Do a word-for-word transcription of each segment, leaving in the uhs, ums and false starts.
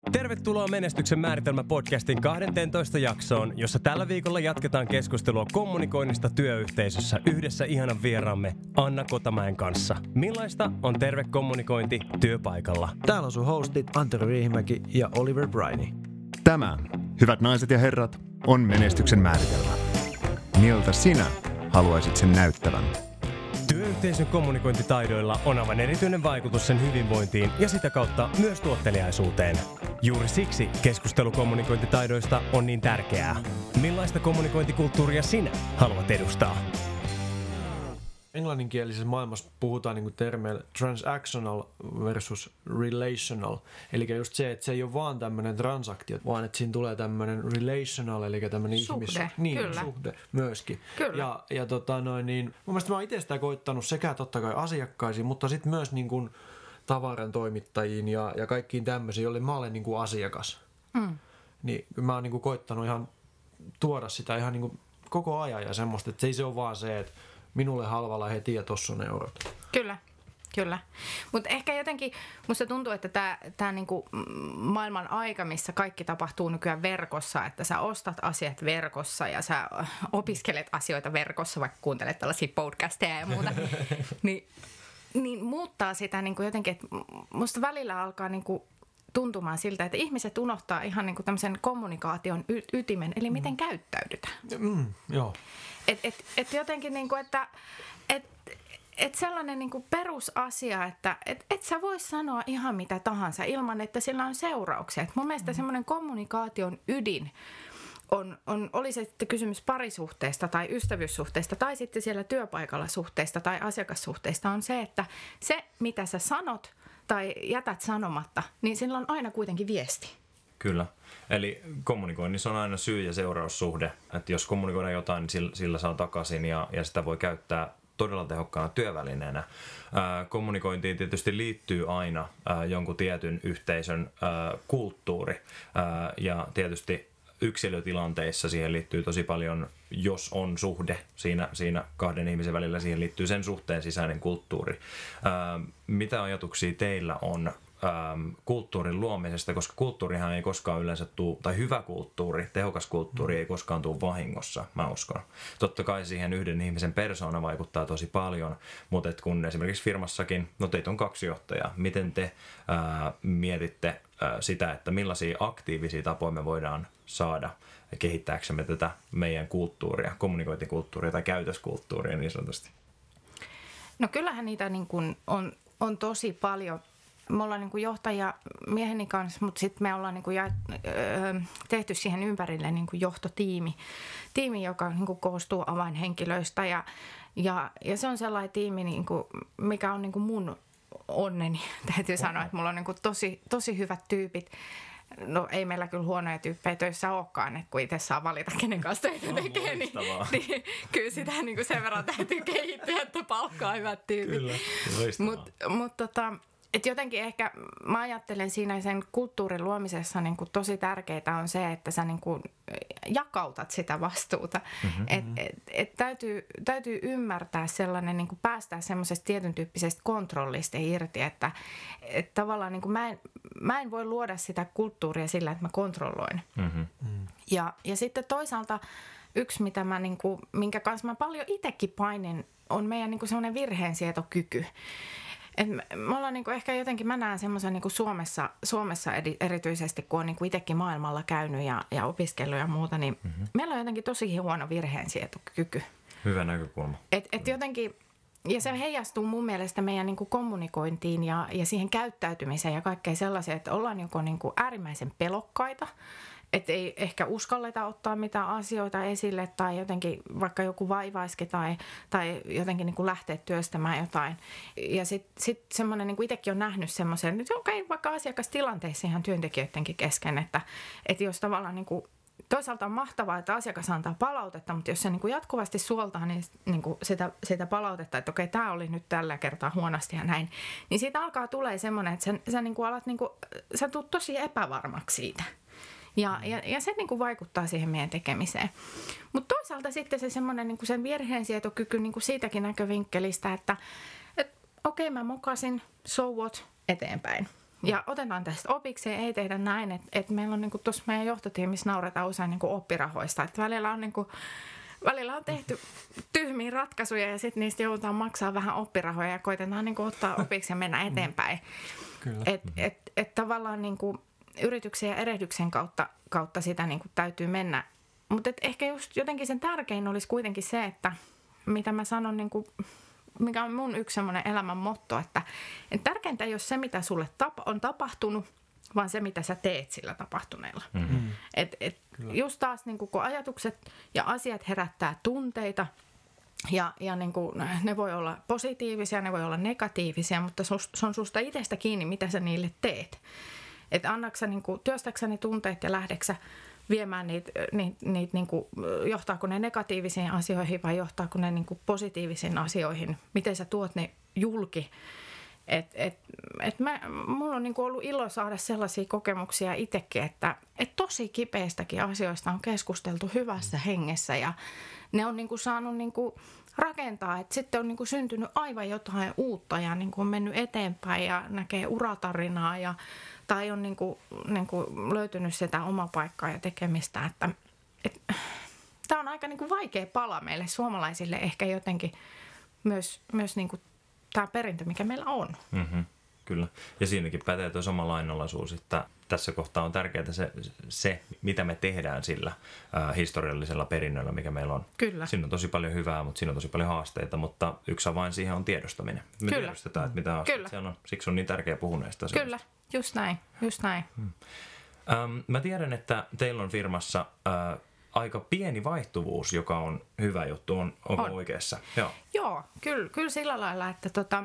Tervetuloa Menestyksen määritelmä podcastin kahdenteentoista jaksoon, jossa tällä viikolla jatketaan keskustelua kommunikoinnista työyhteisössä yhdessä ihanan vieraamme Anna Kotamäen kanssa. Millaista on terve kommunikointi työpaikalla? Täällä on sun hostit Antero Riihimäki ja Oliver Briney. Tämä, hyvät naiset ja herrat, on menestyksen määritelmä. Miltä sinä haluaisit sen näyttävän? Työyhteisön kommunikointitaidoilla on aivan erityinen vaikutus sen hyvinvointiin ja sitä kautta myös tuotteliaisuuteen. Juuri siksi keskustelu kommunikointitaidoista on niin tärkeää. Millaista kommunikointikulttuuria sinä haluat edustaa? Englanninkielisessä maailmassa puhutaan niin kuin termeillä transactional versus relational. Eli just se, että se ei ole vaan tämmöinen transaktio, vaan että siinä tulee tämmöinen relational, eli tämmöinen suhde, ihmis... Niin, kyllä. suhde myöskin. Kyllä. Ja, ja tota noin, niin, mun mielestä mä oon itse sitä koittanut sekä totta kai asiakkaisiin, mutta sitten myös niin kuin tavaran toimittajiin ja, ja kaikkiin tämmöisiin, joille mä olen niin kuin asiakas. Mm. Niin mä oon niin kuin koittanut ihan tuoda sitä ihan niin kuin koko ajan ja semmoista, että se ei se ole vaan se, että minulle halvalla heti ja tossa on eurot. Kyllä, kyllä. Mutta ehkä jotenkin musta tuntuu, että tämä tää niinku maailman aika, missä kaikki tapahtuu nykyään verkossa, että sä ostat asiat verkossa ja sä opiskelet asioita verkossa, vaikka kuuntelet tällaisia podcasteja ja muuta, niin, niin muuttaa sitä niinku jotenkin, että musta välillä alkaa niinku tuntumaan siltä, että ihmiset unohtaa ihan niinku tämmöisen kommunikaation y- ytimen, eli miten mm. käyttäydytään. Mm, joo. Et, et, et jotenkin niinku, että et, et sellainen niinku perusasia, että et, et sä vois sanoa ihan mitä tahansa ilman, että sillä on seurauksia. Et mun mielestä mm. semmoinen kommunikaation ydin on, on, oli se sitten kysymys parisuhteesta tai ystävyyssuhteesta tai sitten siellä työpaikalla suhteista tai asiakassuhteista on se, että se mitä sä sanot tai jätät sanomatta, niin sillä on aina kuitenkin viesti. Kyllä. Eli kommunikoinnissa on aina syy- ja seuraussuhde. Että jos kommunikoidaan jotain, niin sillä, sillä saa takaisin ja, ja sitä voi käyttää todella tehokkaana työvälineenä. Ää, kommunikointiin tietysti liittyy aina ää, jonkun tietyn yhteisön ää, kulttuuri. Ää, ja tietysti yksilötilanteissa siihen liittyy tosi paljon, jos on suhde siinä, siinä kahden ihmisen välillä, siihen liittyy sen suhteen sisäinen kulttuuri. Ää, mitä ajatuksia teillä on kulttuurin luomisesta, koska kulttuurihan ei koskaan yleensä tule, tai hyvä kulttuuri, tehokas kulttuuri ei koskaan tule vahingossa, mä uskon. Totta kai siihen yhden ihmisen persoona vaikuttaa tosi paljon, mutta et kun esimerkiksi firmassakin, no teitä on kaksi johtajaa, miten te ää, mietitte ää, sitä, että millaisia aktiivisia tapoja me voidaan saada kehittääksemme tätä meidän kulttuuria, kommunikointikulttuuria tai käytöskulttuuria niin sanotusti? No kyllähän niitä niin kuin on, on tosi paljon. Me ollaan niin kuin johtajia mieheni kanssa, mutta sitten me ollaan niin kuin ja, öö, tehty siihen ympärille niin kuin johtotiimi, tiimi, joka niin kuin koostuu avainhenkilöistä. Ja, ja, ja se on sellainen tiimi, niin kuin, mikä on niin kuin mun onneni, täytyy sanoa, että mulla on niin kuin tosi, tosi hyvät tyypit. No ei meillä kyllä huonoja tyyppejä töissä olekaan, että kun itse saa valita, kenen kanssa töitä tekee, niin, niin kyllä sitä niin kuin sen verran täytyy kehittyä, että palkkaa hyvät tyypit. Kyllä, Mutta mut, tota, et jotenkin ehkä mä ajattelen siinä sen kulttuurin luomisessa niin kuin tosi tärkeää on se, että sä niin kuin jakautat sitä vastuuta. Mm-hmm. Et, et, et täytyy, täytyy ymmärtää sellainen, niin kuin päästää semmoisesta tietyn tyyppisestä kontrollista irti, että et tavallaan niin kuin mä, en, mä en voi luoda sitä kulttuuria sillä, että mä kontrolloin. Mm-hmm. Ja, ja sitten toisaalta yksi, mitä mä niin kuin, minkä kanssa mä paljon itsekin painin, on meidän niin kuin semmoinen virheensietokyky. Et me ollaan niinku ehkä jotenkin, mä näen semmoisen niinku Suomessa, Suomessa erityisesti, kun on niinku itsekin maailmalla käynyt ja, ja opiskellut ja muuta, niin mm-hmm. meillä on jotenkin tosi huono virheensietokyky. Hyvä näkökulma. Et, et jotenkin, ja se heijastuu mun mielestä meidän niinku kommunikointiin ja, ja siihen käyttäytymiseen ja kaikkeen sellaiseen, että ollaan joko niinku äärimmäisen pelokkaita, että ei ehkä uskalleta ottaa mitään asioita esille tai jotenkin vaikka joku vaivaiskin tai, tai jotenkin niin kuin lähteä työstämään jotain. Ja sitten sit semmoinen, niin kuin itsekin on nähnyt semmoisen, että okei, vaikka asiakastilanteissa ihan työntekijöidenkin kesken, että, että jos tavallaan niin kuin, toisaalta on mahtavaa, että asiakas antaa palautetta, mutta jos se niin kuin jatkuvasti suoltaa niin, niin kuin sitä, sitä palautetta, että okei, tämä oli nyt tällä kertaa huonosti ja näin, niin siitä alkaa tulee semmoinen, että sä, sä, niin kuin alat, niin kuin, sä tulet tosi epävarmaksi siitä. Ja, ja, ja se niin kuin vaikuttaa siihen meidän tekemiseen. Mutta toisaalta sitten se semmoinen niin kuin sen virheensietokyky niin kuin siitäkin näkövinkkelistä, että et, okei, mä mokasin, so what, eteenpäin. Ja otetaan tästä opikseen, ei tehdä näin, että, että meillä on niin kuin tuossa meidän johtotiimissä nauretaan usein niin kuin oppirahoista, että välillä on niin kuin, välillä on tehty tyhmiä ratkaisuja ja sitten niistä joudutaan maksaa vähän oppirahoja ja koitetaan niin kuin ottaa opiksi ja mennä eteenpäin. Että et, et tavallaan niin kuin yrityksen ja erehdyksen kautta, kautta sitä niin kuin täytyy mennä. Mutta ehkä just jotenkin sen tärkein olisi kuitenkin se, että mitä mä sanon, niin kuin, mikä on mun yksi semmoinen elämän motto, että, että tärkeintä ei ole se, mitä sulle tapa, on tapahtunut, vaan se, mitä sä teet sillä tapahtuneella. Mm-hmm. Et, et just taas niin kun ajatukset ja asiat herättää tunteita ja, ja niin kun, ne voi olla positiivisia, ne voi olla negatiivisia, mutta se on susta itsestä kiinni, mitä sä niille teet. Että annaksä, niin kun, työstäksä ne tunteet ja lähdeksä viemään niitä, niitä, niitä niin kuin, johtaako ne negatiivisiin asioihin vai johtaako ne niin kuin positiivisiin asioihin, miten sä tuot ne julki. Et, et, et mä, mulla on niin kuin ollut ilo saada sellaisia kokemuksia itsekin, että et tosi kipeistäkin asioista on keskusteltu hyvässä hengessä ja ne on niin kuin saanut niin kuin rakentaa, että sitten on niin kuin syntynyt aivan jotain uutta ja niin kuin on mennyt eteenpäin ja näkee uratarinaa ja tai on niin kuin, niin kuin löytynyt sitä omaa paikkaa ja tekemistä, että, että tämä on aika niin kuin vaikea pala meille suomalaisille ehkä jotenkin myös, myös niin kuin tämä perintö, mikä meillä on. Mm-hmm, kyllä. Ja siinäkin pätee tuo sama lainalaisuus, että tässä kohtaa on tärkeää se, se mitä me tehdään sillä äh, historiallisella perinnöllä, mikä meillä on. Kyllä. Siinä on tosi paljon hyvää, mutta siinä on tosi paljon haasteita, mutta yksi avain siihen on tiedostaminen. Me Kyllä. tiedostetaan, että mitä haasteita siellä on. Siksi on niin tärkeää puhua näistä asioista. Kyllä, just näin, just näin. Hmm. Ähm, mä tiedän, että teillä on firmassa äh, aika pieni vaihtuvuus, joka on hyvä juttu. On, onko on. Oikeassa? Joo, Joo kyllä, kyllä sillä lailla, että tota,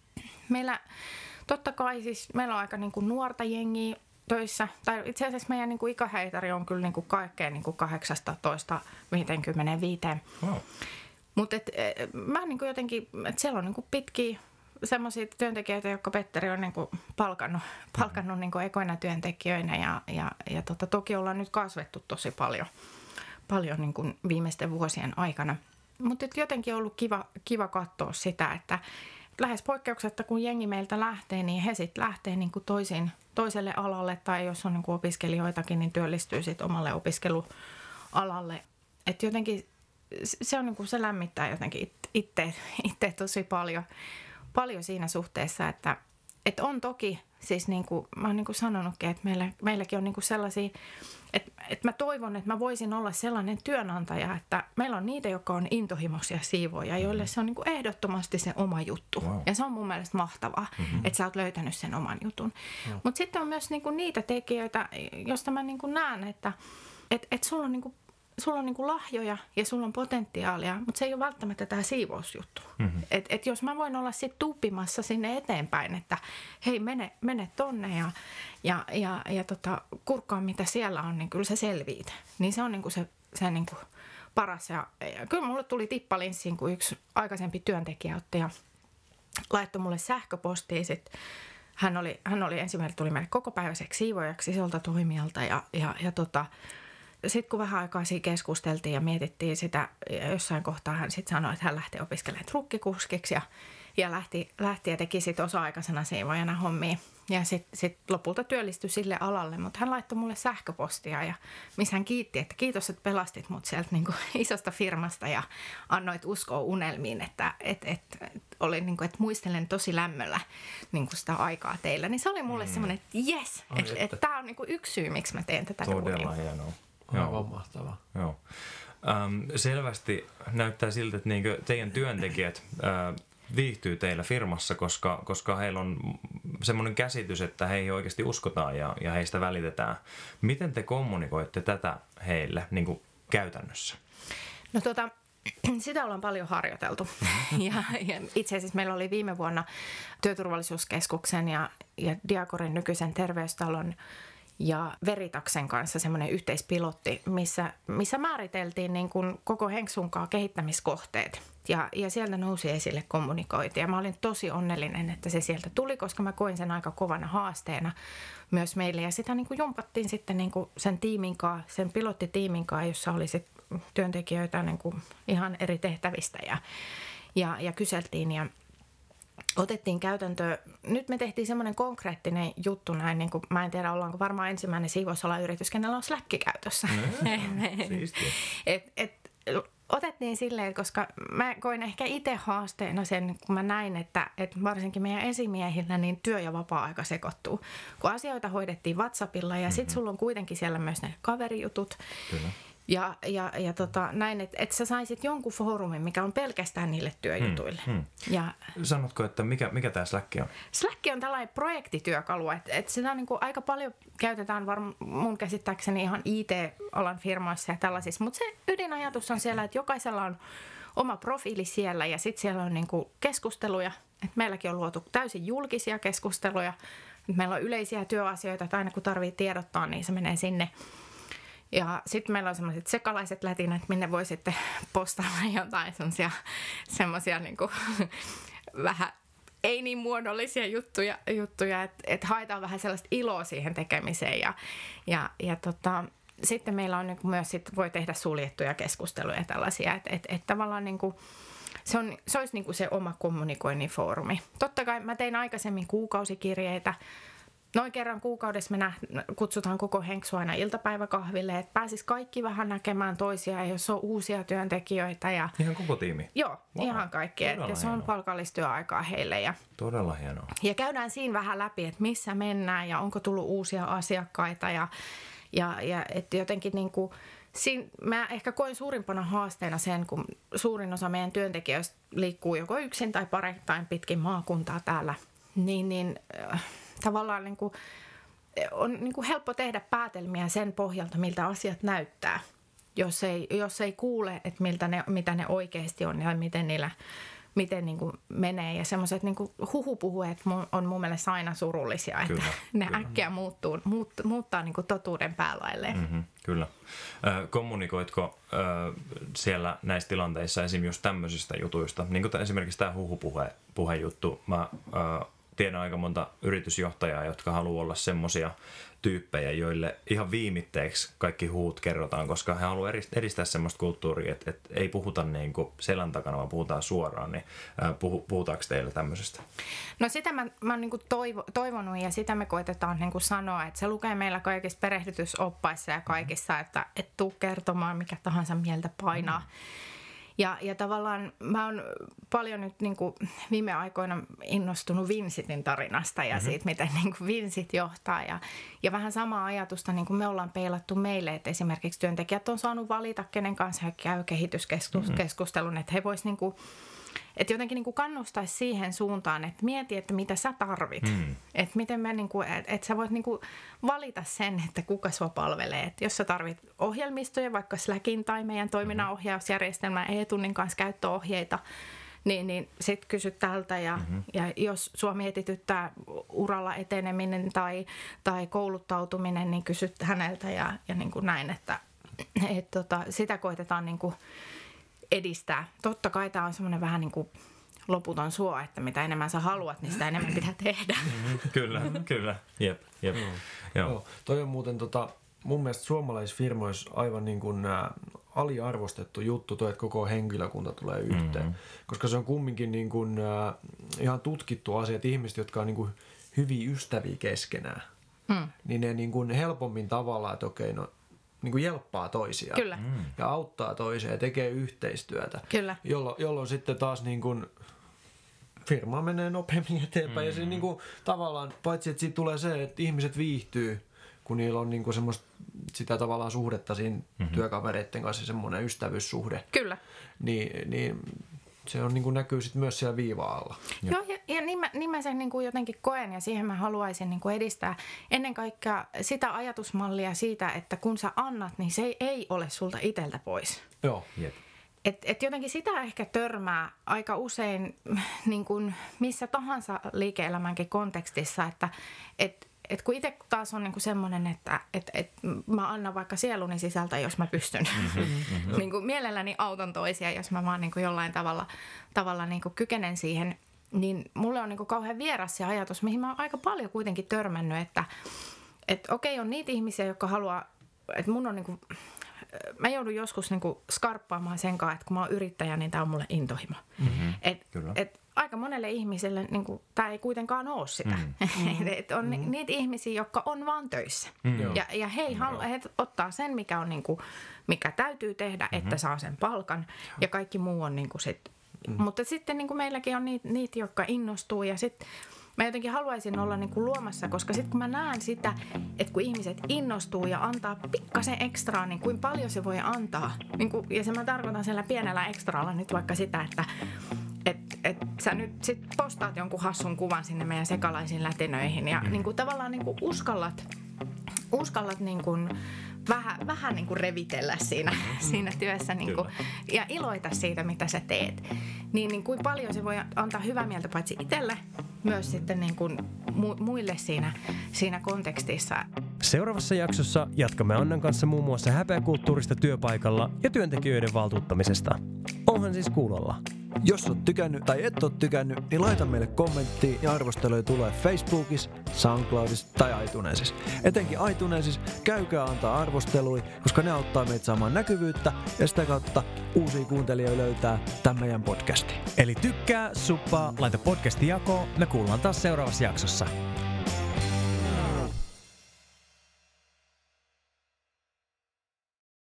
meillä totta kai siis meillä on aika niin kuin nuorta jengiä töissä. Tai itse asiassa meidän niin kuin ikäheitari on kyllä niin kuin kaikkea niin kuin kahdeksasta viiteenkymmeneenviiteen. Wow. Mutta mä niin kuin jotenkin, että siellä on niin kuin pitkiä semmoisia työntekijöitä, jotka Petteri on niin kuin palkannut, palkannut mm-hmm. niin kuin ekoina työntekijöinä. Ja, ja, ja tota, toki ollaan nyt kasvettu tosi paljon, paljon niin kuin viimeisten vuosien aikana. Mutta jotenkin on ollut kiva, kiva katsoa sitä, että lähes poikkeuksetta, kun jengi meiltä lähtee, niin he sitten lähtee niin kuin toisin, toiselle alalle tai jos on niin kuin opiskelijoitakin, niin työllistyy sitten omalle opiskelualalle. Että jotenkin se, on niin kuin, se lämmittää jotenkin itse, itse tosi paljon, paljon siinä suhteessa, että, että on toki, siis niin kuin mä oon niin kuin sanonutkin, että meillä, meilläkin on niin kuin sellaisia, että, että mä toivon, että mä voisin olla sellainen työnantaja, että meillä on niitä, jotka on intohimoisia siivoja, joille se on niin kuin ehdottomasti se oma juttu. Wow. Ja se on mun mielestä mahtavaa, mm-hmm. että sä oot löytänyt sen oman jutun. Wow. Mutta sitten on myös niin kuin niitä tekijöitä, joista mä niin kuin näen, että et, et sulla on niin kuin sulla on niinku lahjoja ja sulla on potentiaalia, mutta se ei ole välttämättä tämä siivousjuttu. Mm-hmm. Et, et jos mä voin olla sitten tuppimassa sinne eteenpäin, että hei, mene, mene tonne ja, ja, ja, ja tota, kurkkaa mitä siellä on, niin kyllä sä selviit. Niin se on niinku se, se niinku paras. Ja, ja kyllä mulle tuli tippalinssiin, kun yksi aikaisempi työntekijä otti ja laittoi mulle sähköpostiin sit. Hän oli, hän oli ensimmäinen, tuli meille kokopäiväiseksi siivojaksi isolta toimijalta ja, ja, ja tota, sitten kun vähän aikaa siinä keskusteltiin ja mietittiin sitä, jossain kohtaa hän sitten sanoi, että hän lähtee opiskelemaan trukkikuskiksi ja, ja lähti, lähti ja teki sitten osa-aikaisena siivojana hommia. Ja sitten sit lopulta työllistyi sille alalle, mutta hän laittoi mulle sähköpostia ja missä hän kiitti, että kiitos, että pelastit mut sieltä niinku isosta firmasta ja annoit uskoa unelmiin, että et, et, et, oli niinku, että muistelen tosi lämmöllä niinku sitä aikaa teillä. Niin se oli mulle mm. semmoinen, että jes, että et, tämä on niinku yksi syy, miksi mä teen tätä duunia. Todella hienoa. Aivan mahtavaa. Joo. Ähm, selvästi näyttää siltä, että niinku teidän työntekijät äh, viihtyy teillä firmassa, koska, koska heillä on semmoinen käsitys, että heihin oikeasti uskotaan ja, ja heistä välitetään. Miten te kommunikoitte tätä heille niin kuin käytännössä? No tota, sitä ollaan paljon harjoiteltu. ja, ja itse asiassa meillä oli viime vuonna Työturvallisuuskeskuksen ja, ja Diakorin nykyisen terveystalon ja Veritaksen kanssa semmoinen yhteispilotti, missä, missä määriteltiin niin kuin koko Henksunkaan kehittämiskohteet. Ja, ja sieltä nousi esille kommunikointi. Ja mä olin tosi onnellinen, että se sieltä tuli, koska mä koin sen aika kovana haasteena myös meille. Ja sitä niin kuin jumpattiin sitten niin kuin sen tiiminkaan, sen pilottitiiminkaan, jossa oli sit työntekijöitä niin kuin ihan eri tehtävistä ja, ja, ja kyseltiin. Ja, otettiin käytäntöön, nyt me tehtiin semmoinen konkreettinen juttu näin, niin kuin, mä en tiedä ollaanko varmaan ensimmäinen siivousalan yritys, kenellä on Slack käytössä. Siistiä. et, et, otettiin silleen, koska mä koin ehkä itse haasteena sen, kun mä näin, että, että varsinkin meidän esimiehillä niin työ- ja vapaa-aika sekoittuu. Kun asioita hoidettiin WhatsAppilla ja mm-hmm. sit sulla on kuitenkin siellä myös ne kaverijutut. Kyllä. Ja, ja, ja tota, näin, että et sä saisit jonkun foorumin, mikä on pelkästään niille työjutuille. Hmm, hmm. Ja sanotko, että mikä, mikä tämä Slack on? Slack on tällainen projektityökalu, että et sitä niin kuin aika paljon käytetään varm, mun käsittääkseni ihan I T-alan firmoissa ja tällaisissa. Mutta se ydinajatus on siellä, että jokaisella on oma profiili siellä ja sitten siellä on niin kuin keskusteluja. Et meilläkin on luotu täysin julkisia keskusteluja. Et meillä on yleisiä työasioita, että aina kun tarvitsee tiedottaa, niin se menee sinne. Ja sitten meillä on semmoiset sekalaiset lätinät, minne voi sitten postailla jotain semmoisia niinku, vähän ei niin muodollisia juttuja, juttuja että et haetaan vähän sellaista iloa siihen tekemiseen. Ja, ja, ja tota, sitten meillä on niinku myös, sit voi tehdä suljettuja keskusteluja ja tällaisia, että et, et tavallaan niinku, se, on, se olisi niinku se oma kommunikoinnin foorumi. Totta kai mä tein aikaisemmin kuukausikirjeitä. Noin kerran kuukaudessa me kutsutaan koko henksu aina iltapäiväkahville, että pääsis kaikki vähän näkemään toisiaan, jos on uusia työntekijöitä. Ja ihan koko tiimi? Joo, wow. Ihan kaikki. Ja se on palkallistyöaikaa heille. Ja, todella hienoa. Ja käydään siinä vähän läpi, että missä mennään ja onko tullut uusia asiakkaita. Ja, ja, ja että jotenkin niin kuin, siinä, mä ehkä koen suurimpana haasteena sen, kun suurin osa meidän työntekijöistä liikkuu joko yksin tai pareittain pitkin maakuntaa täällä, niin... niin tavallaan niin kuin, on niin kuin helppo tehdä päätelmiä sen pohjalta, miltä asiat näyttää, jos ei, jos ei kuule, että miltä ne, mitä ne oikeasti on ja miten niillä miten niin kuin menee. Ja semmoiset niin kuin huhupuhuet on mun mielestä aina surullisia, että kyllä, ne kyllä. äkkiä muuttuu, muut, muuttaa niin kuin totuuden päälailleen. Mm-hmm, kyllä. Äh, kommunikoitko äh, siellä näissä tilanteissa esimerkiksi just tämmöisistä jutuista, niin kuin esimerkiksi tämä huhupuhejuttu, mä... Äh, tiedän aika monta yritysjohtajaa, jotka haluaa olla semmoisia tyyppejä, joille ihan viimitteeksi kaikki huut kerrotaan, koska he haluavat edistää semmoista kulttuuria, että, että ei puhuta niin kuin selän takana, vaan puhutaan suoraan. Niin puhu, puhutaanko teille tämmöisestä? No sitä mä, mä oon niin kuin toivo, toivonut ja sitä me koitetaan niin kuin sanoa, että se lukee meillä kaikissa perehdytysoppaissa ja kaikissa, että et tuu kertomaan mikä tahansa mieltä painaa. Mm. Ja, ja tavallaan mä oon paljon nyt niin kuin viime aikoina innostunut Vinsitin tarinasta ja mm-hmm. siitä, miten niin kuin Vinsit johtaa. Ja, ja vähän samaa ajatusta niin kuin me ollaan peilattu meille, että esimerkiksi työntekijät on saanut valita, kenen kanssa he käy kehityskeskustelun, mm-hmm. että he vois niin kuin, että jotenkin niin kuin kannustaisi siihen suuntaan, että mieti, että mitä sä tarvit. Mm. Että miten me niin kuin, että sä voit niin kuin valita sen, että kuka sua palvelee. Että jos sä tarvit ohjelmistoja, vaikka Slackin tai meidän toiminnanohjausjärjestelmän e-tunnin kanssa käyttöohjeita, niin, niin sit kysyt tältä. Ja, mm-hmm. ja jos sua mietityttää uralla eteneminen tai, tai kouluttautuminen, niin kysyt häneltä ja, ja niin kuin näin, että et, tota, sitä koitetaan niin kuin edistää. Totta kai tämä on semmoinen vähän niin kuin loputon suo, että mitä enemmän sä haluat, niin sitä enemmän pitää tehdä. Kyllä, kyllä. Jep, jep. Mm. Joo. Joo. Toi on muuten tota, mun mielestä suomalaisissa firmoissa aivan niin kuin ä, aliarvostettu juttu toi, että koko henkilökunta tulee yhteen. Mm-hmm. Koska se on kumminkin niin kuin, ä, ihan tutkittu asia, että ihmiset, jotka on niin kuin hyviä ystäviä keskenään, mm. niin ne niin kuin helpommin tavallaan, että okei, no niin kuin jelppaa toisiaan. Kyllä. Mm. Ja auttaa toisia ja tekee yhteistyötä. Kyllä. Jollo, jolloin sitten taas niin kuin firma menee nopeammin eteenpäin. Mm. Ja siinä niin kuin, tavallaan, paitsi että siitä tulee se, että ihmiset viihtyy, kun niillä on niin kuin semmoista sitä tavallaan suhdetta siinä mm-hmm. työkavereiden kanssa, semmoinen ystävyyssuhde. Kyllä. Niin, niin se on, niin kuin näkyy sitten myös siellä viiva-alla. Joo, ja, ja niin, mä, niin mä sen niin kuin jotenkin koen ja siihen mä haluaisin niin kuin edistää ennen kaikkea sitä ajatusmallia siitä, että kun sä annat, niin se ei, ei ole sulta itseltä pois. Joo. Jep. Et, et jotenkin sitä ehkä törmää aika usein niin kuin missä tahansa liike-elämänkin kontekstissa, että et, et kun itse taas on niinku semmoinen, että et, et mä annan vaikka sieluni sisältä, jos mä pystyn. Mm-hmm, mm-hmm. Niinku mielelläni autan toisia, jos mä vaan niinku jollain tavalla, tavalla niinku kykenen siihen. Niin mulle on niinku kauhean vieras se ajatus, mihin mä oon aika paljon kuitenkin törmännyt, että et okei, on niitä ihmisiä, jotka haluaa, että mun on niinku, mä joudun joskus niinku skarppaamaan sen kanssa, että kun mä oon yrittäjä, niin tää on mulle intohimo. Mm-hmm, et, et aika monelle ihmiselle niin kuin, tämä ei kuitenkaan ole sitä. Mm. Et on mm. niitä ihmisiä, jotka on vaan töissä. Mm. Ja, ja he, halu, he ottaa sen, mikä, on, niin kuin, mikä täytyy tehdä, mm-hmm. että saa sen palkan. Ja kaikki muu on niin kuin sit. Mm. Mutta sitten niin kuin meilläkin on niitä, niitä, jotka innostuu. Ja sitten mä jotenkin haluaisin olla niin kuin luomassa, koska sitten kun mä näen sitä, että kun ihmiset innostuu ja antaa pikkasen ekstraa, niin kuin paljon se voi antaa. Niin kuin, ja se mä tarkoitan siellä pienellä ekstraalla nyt vaikka sitä, että Että et sä nyt sit postaat jonkun hassun kuvan sinne meidän sekalaisiin lätenöihin ja mm. niin kuin tavallaan niin kuin uskallat, uskallat niin kuin vähän, vähän niin kuin revitellä siinä, mm. siinä työssä niin kuin, ja iloita siitä, mitä sä teet. Niin, niin kuin paljon se voi antaa hyvää mieltä paitsi itselle, myös sitten niin kuin mu- muille siinä, siinä kontekstissa. Seuraavassa jaksossa jatkamme Annan kanssa muun muassa häpeäkulttuurista työpaikalla ja työntekijöiden valtuuttamisesta. Onhan siis kuulolla. Jos oot tykännyt tai et oo tykännyt, niin laita meille kommenttia ja arvosteluja tulee Facebookissa, SoundCloudissa tai iTunesissa. Etenkin iTunesissa käykää antaa arvosteluja, koska ne auttaa meitä saamaan näkyvyyttä ja sitä kautta uusia kuuntelijoita löytää tämän meidän podcastin. Eli tykkää, suppaa, laita podcasti jakoon, me kuullaan taas seuraavassa jaksossa.